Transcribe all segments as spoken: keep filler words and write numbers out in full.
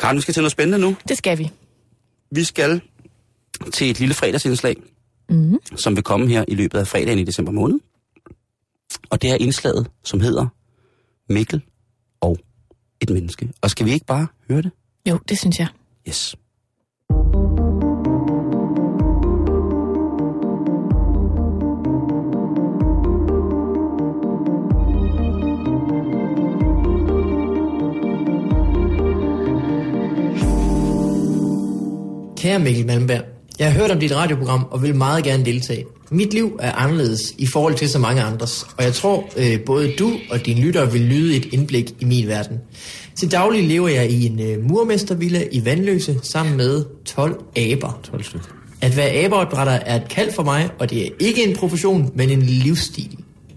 Karen, vi skal til noget spændende nu. Det skal vi. Vi skal til et lille fredagsindslag, mm-hmm. som vil komme her i løbet af fredagen i december måned. Og det er indslaget, som hedder Mikkel og et menneske. Og skal vi ikke bare høre det? Jo, det synes jeg. Yes. Kære Mikkel Malmberg, jeg har hørt om dit radioprogram og vil meget gerne deltage. Mit liv er anderledes i forhold til så mange andres, og jeg tror, øh, både du og dine lyttere vil lyde et indblik i min verden. Til daglig lever jeg i en øh, murmestervilla i Vandløse sammen med tolv aber. tolv stykker. At være abeopdrætter er et kald for mig, og det er ikke en profession, men en livsstil.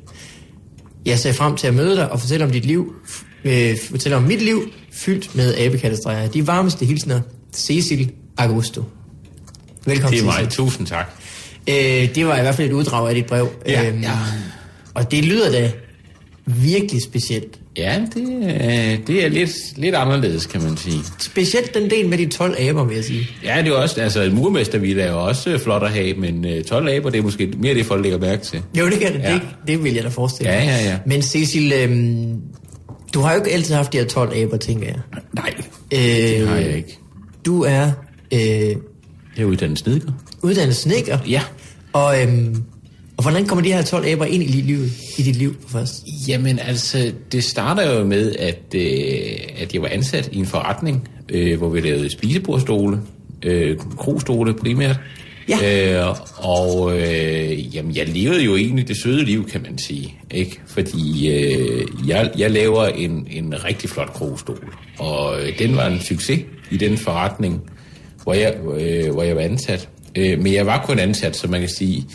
Jeg ser frem til at møde dig og fortælle om dit liv, øh, fortælle om mit liv, fyldt med abekattestreger. De varmeste hilsner, Cecil Augusto. Velkommen. Det er mig. Cecil. Tusind tak. Øh, det var i hvert fald et uddrag af dit brev. Ja, øhm, ja. Og det lyder da virkelig specielt. Ja, det, det er lidt, lidt anderledes, kan man sige. Specielt den del med de tolv aber, vil jeg sige. Ja, det er også, altså en murmestervilla er jo også flot at have, men tolv aber, det er måske mere det, folk lægger mærke til. Jo, det kan det. Ja. Det, det vil jeg da forestille Ja, ja, ja. Men Cecil, øhm, du har jo ikke altid haft de her tolv aber, tænker jeg. Nej, øh, det har jeg ikke. Du er øh, Jeg er uddannet snedker. uddannet snedker. Ja. Og, øhm, og hvordan kommer de her tolv aber ind i livet, i dit liv først? Jamen altså, det starter jo med, at, øh, at jeg var ansat i en forretning, øh, hvor vi lavede spisebordstole, øh, krostole primært. Ja. Øh, og øh, jamen, jeg levede jo egentlig det søde liv, kan man sige, ikke? Fordi øh, jeg, jeg laver en, en rigtig flot krostol, og øh, den var en succes i den forretning, hvor jeg, øh, hvor jeg var ansat. Øh, men jeg var kun ansat, så man kan sige,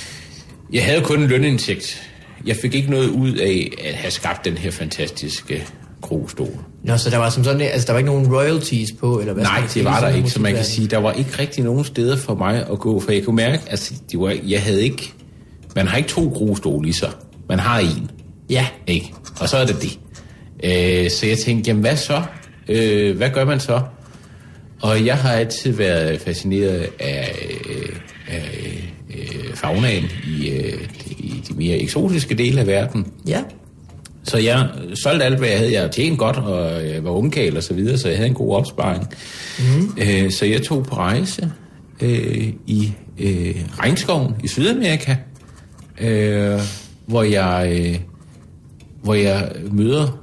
jeg havde kun en lønindtægt. Jeg fik ikke noget ud af at have skabt den her fantastiske krostol. Nå, så der var som sådan, altså der var ikke nogen royalties på, eller hvad? Nej, skal det var der ligesom ikke, så man kan musikverden? sige, der var ikke rigtig nogen steder for mig at gå, for jeg kunne mærke, altså, det var, jeg havde ikke, man har ikke to krostole i sig, man har en, Ja. ikke? Og så er det det. Øh, så jeg tænkte, jamen hvad så? Øh, hvad gør man så? Og jeg har altid været fascineret af, øh, af øh, faunaen i, øh, i de mere eksotiske dele af verden. Ja. Så jeg solgte alt, hvad jeg havde. Jeg tjente godt, og jeg var ungkæl og så videre, så jeg havde en god opsparing. Mm. Øh, så jeg tog på rejse øh, i øh, regnskoven i Sydamerika, øh, hvor jeg øh, hvor jeg møder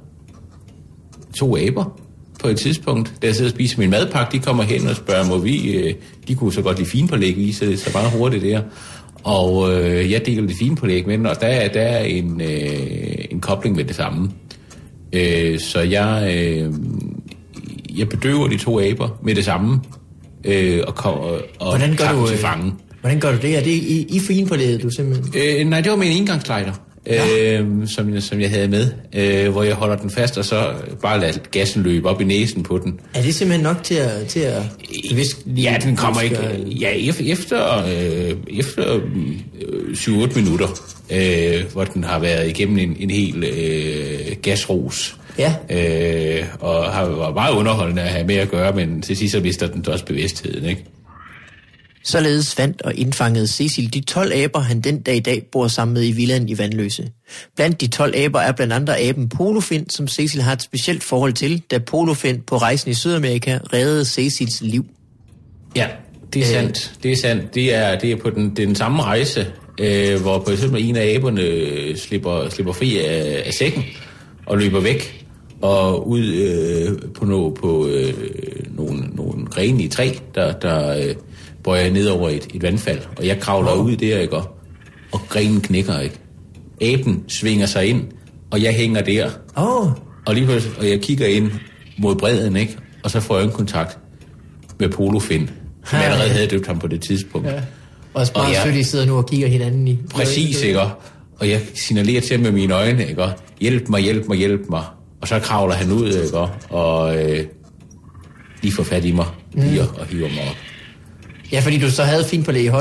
to aber på et tidspunkt, da jeg sidder og spiser min madpakke. De kommer hen og spørger, må vi, øh, de kunne så godt lide finpålæg i, så det er så meget hurtigt der. Og øh, jeg deler det fine pålæg med den, og der er, der er en, øh, en kobling med det samme. Øh, så jeg, øh, jeg bedøver de to aber med det samme, øh, og, og, og tager dem til fange. Hvordan gør du det? Er det i, i finpålæget, du simpelthen? Øh, nej, det var med en engangslighter, ja. øh, som, jeg, som jeg havde med, øh, hvor jeg holder den fast, og så bare lader gassen løbe op i næsen på den. Er det simpelthen nok til at... Til at Hvis, ja, den kommer ikke... Ja, efter, øh, efter øh, syv otte minutter, øh, hvor den har været igennem en, en hel øh, gasros, ja. øh, og har været meget underholdende at have med at gøre, men til sidst så mister den også bevidstheden, ikke? Således fandt og indfangede Cecil de tolv aber, han den dag i dag bor sammen med i villaen i Vandløse. Blandt de tolv aber er blandt andre aben Polofin, som Cecil har et specielt forhold til, da Polofin på rejsen i Sydamerika reddede Cecils liv. Ja, det er sandt. Det er sandt. Det er, det er på den, den samme rejse, øh, hvor på eksempel en af aberne slipper, slipper fri af, af sækken og løber væk og ud øh, på, no, på øh, nogle, nogle grene i træ, der, der øh, bøjer ned over et, et vandfald. Og jeg kravler oh. ud der, ikke? Og grenen knækker, ikke? Aben svinger sig ind, og jeg hænger der. Oh. Og lige pludselig, og jeg kigger ind mod bredden, ikke? Og så får jeg en kontakt med Polofin, som jeg allerede havde døbt ham på det tidspunkt. Ja. Og bare sødt, I sidder nu og kigger hinanden i. Præcis, ikke? Og jeg signalerer til ham med mine øjne, ikke? Hjælp mig, hjælp mig, hjælp mig. Og så kravler han ud, ikke? Og øh, lige får fat i mig, mm. og hiver mig op. Ja, fordi du så havde finpålæg i hånden.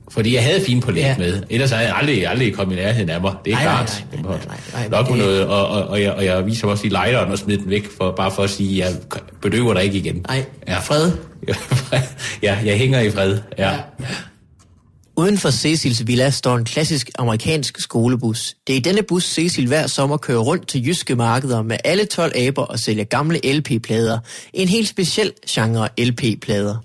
Fordi jeg havde fin på læg Ja. med. Ellers havde jeg aldrig, aldrig kommet i nærheden af mig. Det er Nej, klart. nej, nej, nej, nej, nej, Nok med det- noget, og, og, og, jeg, og jeg viser også lige lighteren og smider den væk, for, bare for at sige, at jeg bedøver dig ikke igen. Nej, Ja. fred. Ja, jeg hænger i fred. Ja. Ja. Uden for Cecils villa står en klassisk amerikansk skolebus. Det er i denne bus, Cecil hver sommer kører rundt til jyske markeder med alle tolv aber og sælger gamle L P-plader. En helt speciel genre L P-plader.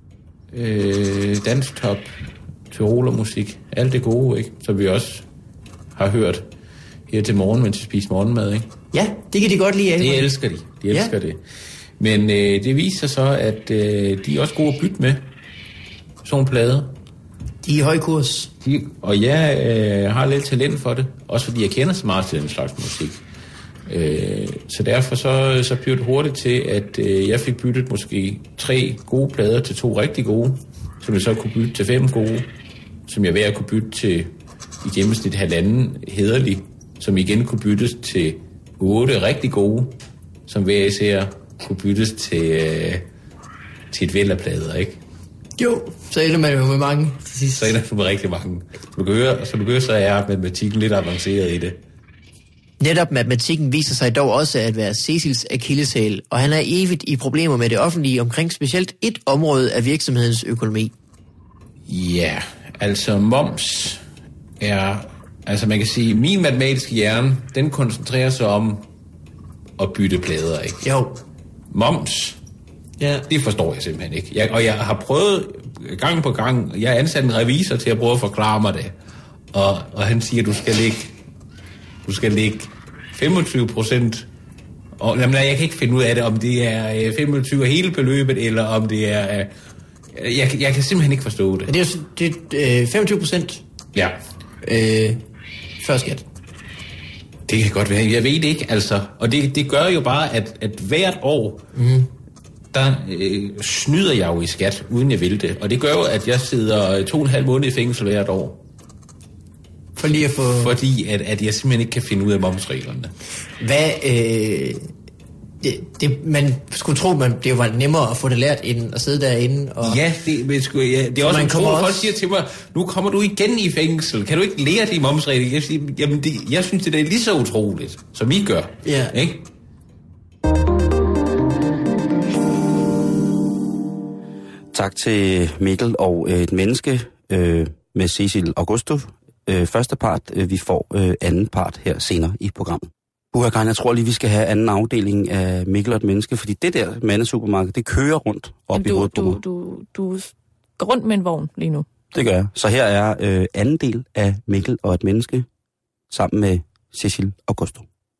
Øh, danstop, tyrolermusik, alt det gode, ikke? Som vi også har hørt her til morgen, mens vi spiser morgenmad, ikke? Ja, det kan de godt lide. Det Albert. elsker de. De elsker Ja. det. Men øh, det viser sig så, at øh, de er også gode at bytte med. Sådan nogle plader. De er i høj kurs. De, og jeg øh, har lidt talent for det. Også fordi jeg kender så meget til den slags musik. Øh, så derfor så, så blev det hurtigt til, at øh, jeg fik byttet måske tre gode plader til to rigtig gode. Som jeg så kunne bytte til fem gode. Som jeg hver kunne bytte til i gennemsnit halvanden hederlig. Som igen kunne byttes til otte rigtig gode. Som hver især kunne byttes til, øh, til et væld af plader, ikke? Jo, så ender man jo med mange til sidst. Så ender du med rigtig mange. Du kan høre, så du kan høre, så er matematikken lidt avanceret i det. Netop matematikken viser sig dog også at være Cecils akilleshæl, og han er evigt i problemer med det offentlige omkring specielt et område af virksomhedens økonomi. Ja, altså moms er... Altså man kan sige, min matematiske hjerne, den koncentrerer sig om at bytte plader, ikke? Jo. Moms, Ja. det forstår jeg simpelthen ikke. Jeg, og jeg har prøvet gang på gang, jeg har ansat en revisor til at prøve at forklare mig det. Og, og han siger, at du skal lægge, du skal lægge femogtyve procent. Og jamen, jeg kan ikke finde ud af det, om det er femogtyve hele beløbet, eller om det er... Jeg, jeg kan simpelthen ikke forstå det. Det er, det er øh, femogtyve procent Ja, øh, før skat. det kan godt være. Jeg ved det ikke, altså. Og det, det gør jo bare, at, at hvert år... Mm. der øh, snyder jeg jo i skat, uden jeg vil det. Og det gør jo, at jeg sidder to og en halv måned i fængsel hvert år. For lige at få... Fordi at, at jeg simpelthen ikke kan finde ud af momsreglerne. Hvad... Øh, det, det, man skulle tro, man, det var nemmere at få det lært, end at sidde derinde og... Ja, det, men sgu, ja, det er også man en tro, kommer folk også- siger til mig, nu kommer du igen i fængsel. Kan du ikke lære de momsregler? Jeg, siger, jamen det, jeg synes, det er lige så utroligt, som I gør. Ja. Ikke? Tak til Mikkel og øh, et menneske øh, med Cecil Augusto. Øh, første part, øh, vi får øh, anden part her senere i programmet. Burhan, jeg tror lige, vi skal have anden afdeling af Mikkel og et menneske, fordi det der mandesupermarked, det kører rundt op Jamen, i du, hovedet på du, mig. du, du går rundt med en vogn lige nu. Det gør jeg. Så her er øh, anden del af Mikkel og et menneske, sammen med Cecil Augusto.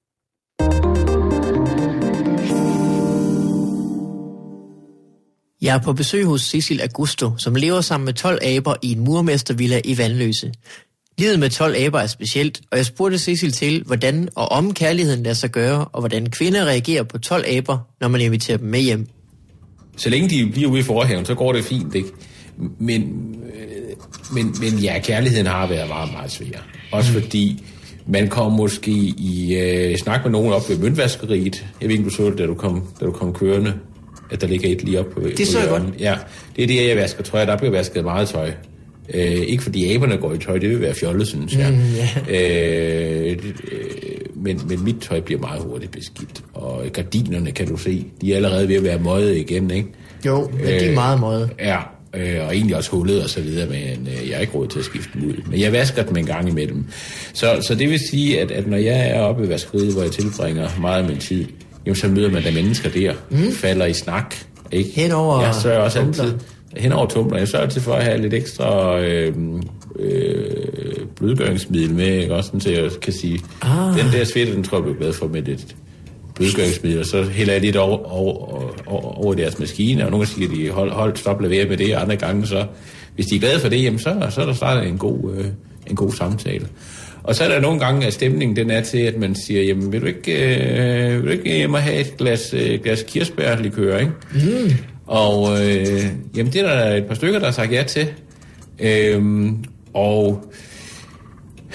Jeg er på besøg hos Cecil Augusto, som lever sammen med tolv aber i en murmestervilla i Vandløse. Livet med tolv aber er specielt, og jeg spurgte Cecil til, hvordan og om kærligheden lader sig gøre, og hvordan kvinder reagerer på tolv aber, når man inviterer dem med hjem. Så længe de bliver ude i forhaven, så går det fint, ikke? Men, øh, men, men ja, kærligheden har været meget, meget svær. Også mm. fordi man kom måske i øh, snak med nogen op ved møntvaskeriet. Jeg ved ikke, du så det, da du kom, da du kom kørende, at der ligger et lige op på Det så jeg godt. Ja, det er det, jeg vasker tøj. Der bliver vasket meget tøj. Øh, ikke fordi aberne går i tøj, det vil være fjollet, synes jeg. Mm, yeah. øh, øh, men, men mit tøj bliver meget hurtigt beskidt. Og gardinerne, kan du se, de er allerede ved at være møjet igen, ikke? Jo, men de er meget møjet. Ja, øh, og egentlig også hullet og så videre, men øh, jeg har ikke råd til at skifte dem ud. Men jeg vasker dem en gang imellem. Så, så det vil sige, at, at når jeg er oppe ved vaskeriet, hvor jeg tilbringer meget af min tid, jamen, så møder man der mennesker der, mm. falder i snak, ikke? Henover jeg sørger også tumbler. altid henover tumbler. Jeg sørger altid for at have lidt ekstra øh, øh, blødgøringsmiddel med, ikke? Også sådan, så jeg kan sige, ah. den der svætte, den tror jeg, jeg bliver glad for med lidt blødgøringsmiddel, og så hælder jeg lidt over, over, over, over deres maskine, og nogle gange siger de, hold, hold stop, lad være med det, og andre gange, så hvis de er glade for det, jamen, så, så er der startet en god, øh, en god samtale. Og så er der nogle gange, at stemningen den er til, at man siger, jamen, vil du ikke, øh, vil du ikke hjemme have et glas, øh, glas kirsebærlikør, ikke? Mm. Og øh, jamen, det er der et par stykker, der har sagt ja til. Øhm, og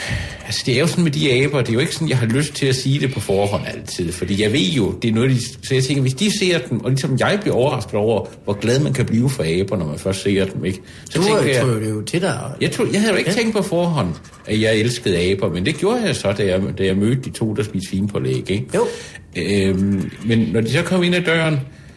Altså, det er jo sådan med de aber, det er jo ikke sådan, jeg har lyst til at sige det på forhånd altid, fordi jeg ved jo, det er noget, de, så jeg tænker, hvis de ser dem, og ligesom jeg bliver overrasket over, hvor glad man kan blive for aber, når man først ser dem, ikke? Så du tænker jeg, tror det jo til dig. Jeg, tror, jeg havde jo ikke ja. tænkt på forhånd, at jeg elskede aber, men det gjorde jeg så, da jeg, da jeg mødte de to, der spiste svinepålæg, ikke? Jo. Øhm, men når de så kom ind ad døren,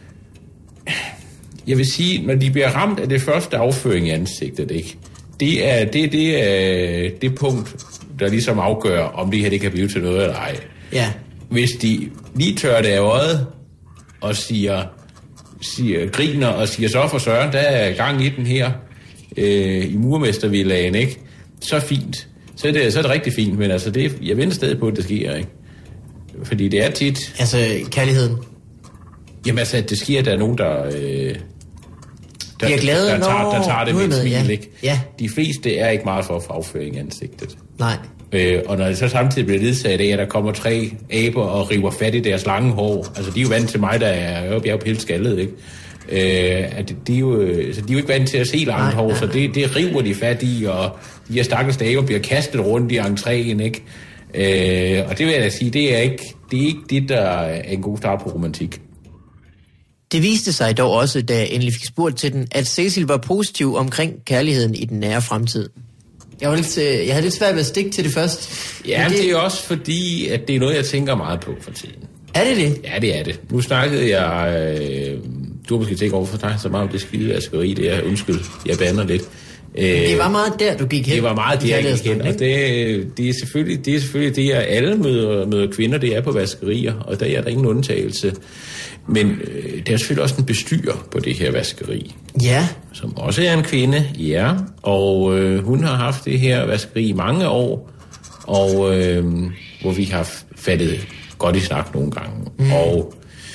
jeg vil sige, når de bliver ramt af det første afføring i ansigtet, ikke? Det er det, det, er det punkt, der ligesom afgør, om det her det kan blive til noget eller ej. Ja. Hvis de lige tør det af øjet, og siger, siger, griner og siger, så for søren, der er gang i den her, øh, i murmestervillagen, ikke? Så fint. Så er, det, så er det rigtig fint, men altså, det, jeg venter stadig på, at det sker, ikke? Fordi det er tit... Altså, kærligheden. Jamen altså, at det sker, at der er nogen, der... Øh, der, de er glade, der, der, tager, der tager det med et smil, ja. ikke? Ja. De fleste er ikke meget for at få afføring i ansigtet. Nej. Øh, og når det så samtidig bliver ledsaget af, at der kommer tre aber og river fat i deres lange hår, altså de er jo vant til mig, der er jo, jeg er jo helt skaldet, ikke? Øh, at de, er jo, så de er jo ikke vant til at se langt hår, så det, det river de fat i, og de her stakkels aber bliver kastet rundt i entréen, ikke? Øh, og det vil jeg da sige, det er ikke det, er ikke det der er en god start på romantik. Det viste sig dog også, da jeg endelig fik spurgt til den, at Cecil var positiv omkring kærligheden i den nære fremtid. Jeg, var lidt, jeg havde lidt svært ved at stikke til det først. Ja, det... det er også fordi, at det er noget, jeg tænker meget på for tiden. Er det det? Ja, det er det. Nu snakkede jeg... Øh, du har måske tænkt over for dig så meget om det skidevaskeri, det er undskyld, jeg bander lidt. Øh, det var meget der, du gik hen. Det var meget der, jeg gik hen, og det, det, er selvfølgelig, det er selvfølgelig det, at alle møder, møder kvinder, det er på vaskerier, og der er der ingen undtagelse. Men øh, der er selvfølgelig også en bestyrer på det her vaskeri. Ja. Som også er en kvinde, ja. Og øh, hun har haft det her vaskeri i mange år, og øh, hvor vi har fattet godt i snak nogle gange. Mm. Og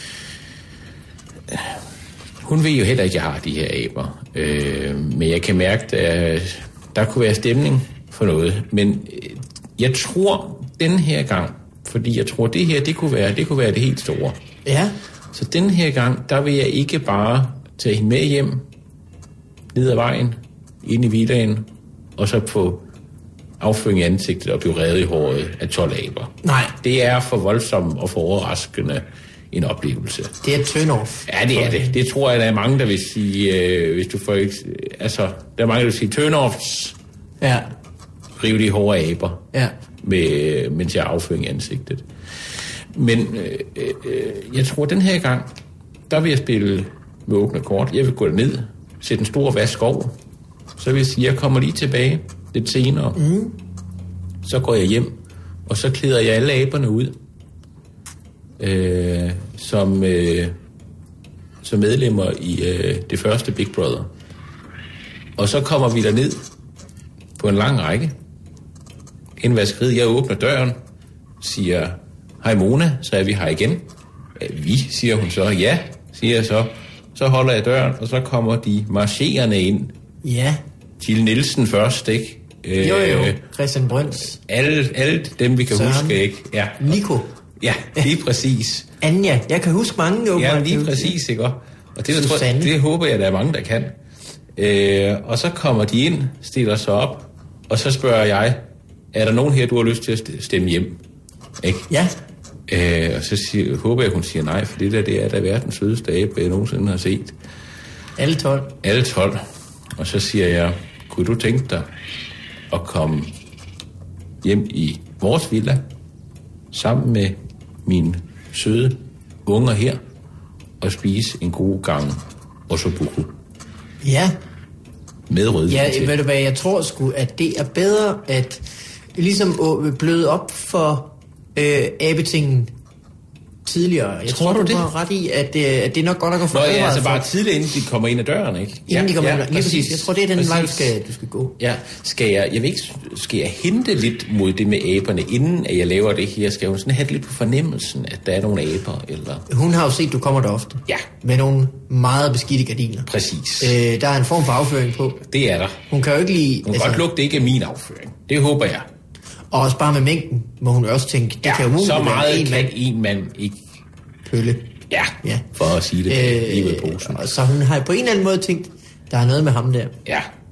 øh, hun ved jo heller ikke, at jeg har de her aber. Øh, men jeg kan mærke, at der kunne være stemning for noget. Men øh, jeg tror den her gang, fordi jeg tror, det her, det kunne være det, kunne være det helt store. Ja. Så den her gang, der vil jeg ikke bare tage hende med hjem, ned ad vejen, ind i villaen, og så få afføring i ansigtet og blive revet i håret af tolv aber. Nej. Det er for voldsomt og for overraskende en oplevelse. Det er turn-off. Ja, det er det. Det tror jeg, der er mange, der vil sige, øh, hvis du får ikke... Altså, der er mange, der vil sige turn-offs. Ja. Rive de hårde aber. Ja. Med, mens jeg har afføring i ansigtet. Men øh, øh, jeg tror, den her gang, der vil jeg spille med åbne kort. Jeg vil gå ned, sætte en stor vask over. Så vil jeg sige, jeg kommer lige tilbage lidt senere. Mm. Så går jeg hjem, og så klæder jeg alle aberne ud. Øh, som, øh, som medlemmer i øh, det første Big Brother. Og så kommer vi derned på en lang række. En vaskeriet, jeg åbner døren, siger... Hej Mona, så er vi her igen. Vi, siger hun så. Ja, siger jeg så. Så holder jeg døren, og så kommer de marcherende ind. Ja. Til Nielsen først, ikke? Jo, jo. Christian Brøns. Alle, alle dem, vi kan Søren. Huske, ikke? Ja. Nico. Ja, lige præcis. Anja. Jeg kan huske mange. Jo, ja, lige præcis, ikke? Og det, jeg tror, det håber jeg, der er mange, der kan. Øh, og så kommer de ind, stiller sig op, og så spørger jeg, er der nogen her, du har lyst til at stemme hjem? Ikke? Ja. Øh, og så siger, håber jeg, hun siger nej, for det der, det er da verdens sødeste abe, jeg nogensinde har set. Alle tolv. Alle tolv. Og så siger jeg, kunne du tænke dig at komme hjem i vores villa, sammen med mine søde unger her, og spise en god gang ossobuco? Ja. Med rødvin ja, til. Ved du hvad, jeg tror sgu, at det er bedre at ligesom bløde op for øh, abetingen tidligere. Jeg tror, tror du, du har ret i, at, øh, at det er nok godt at gå for. Nå ja, altså bare tidligere, inden de kommer ind ad døren, ikke? Inden ja, de kommer ja, ind ad døren, lige præcis. Jeg tror, det er den præcis. vej, du skal, du skal gå. Ja, skal jeg, jeg ved ikke, skal jeg hente lidt mod det med aberne, inden at jeg laver det her? Skal hun sådan have lidt på fornemmelsen, at der er nogle aber, eller? Hun har jo set, du kommer der ofte. Ja. Med nogle meget beskidte gardiner. Præcis. Øh, der er en form for afføring på. Det er der. Hun kan jo ikke lide... Hun kan altså, godt lugte, det ikke er min afføring. Det håber jeg. Og også bare med mængden, må hun også tænke, det ja, kan jo muligt så meget en kan mand. en mand ikke... Pølle. Ja, ja, for at sige det øh, lige ved posen. Så hun har på en eller anden måde tænkt, der er noget med ham der. Ja,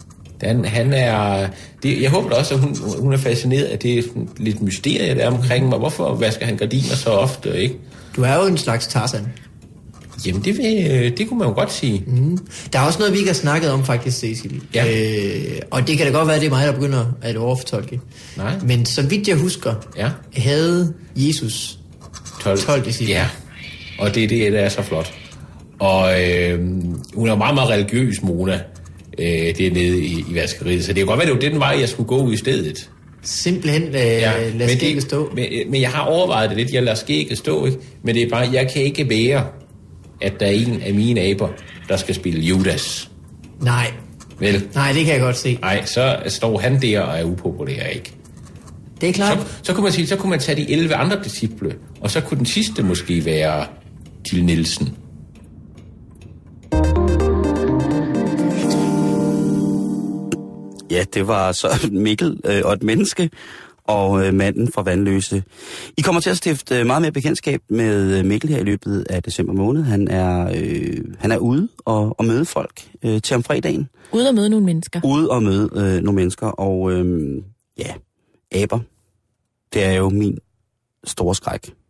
Han, han er... Det, jeg håber også, at hun, hun er fascineret af det lidt mysterie, der er omkring mig. Hvorfor vasker han gardiner så ofte, ikke? Du er jo en slags Tarzan. Jamen, det, vil, det kunne man jo godt sige. Mm. Der er også noget, vi ikke har snakket om faktisk, Cecil. Ja. Øh, og det kan da godt være, at det er mig, der begynder at overfortolke. Nej. Men så vidt jeg husker, ja. havde Jesus tolv, tolv disciple. Ja, og det er det, der er så flot. Og øh, hun er meget, meget religiøs, Mona, øh, dernede i, i vaskeriet. Så det kan godt være, det var den vej, jeg skulle gå i stedet. Simpelthen øh, ja, lad skægget stå. Men, men jeg har overvejet det lidt. Jeg lader skægget stå, ikke? Men det er bare, jeg kan ikke være, at der er en af mine aber, der skal spille Judas. Nej. Vel? Nej, det kan jeg godt se. Nej, så står han der og er upopulær, ikke? Det er klart. Så, så, kunne man sige, så kunne man tage de elleve andre disciple, og så kunne den sidste måske være Til Nielsen. Ja, det var så Mikkel øh, og et menneske og øh, manden fra Vandløse. I kommer til at stifte meget mere bekendtskab med Mikkel her i løbet af december måned. Han er, øh, han er ude og, og møde folk øh, til om fredagen. Ude og møde nogle mennesker. Ude og møde øh, nogle mennesker, og øh, ja, aber, det er jo min store skræk.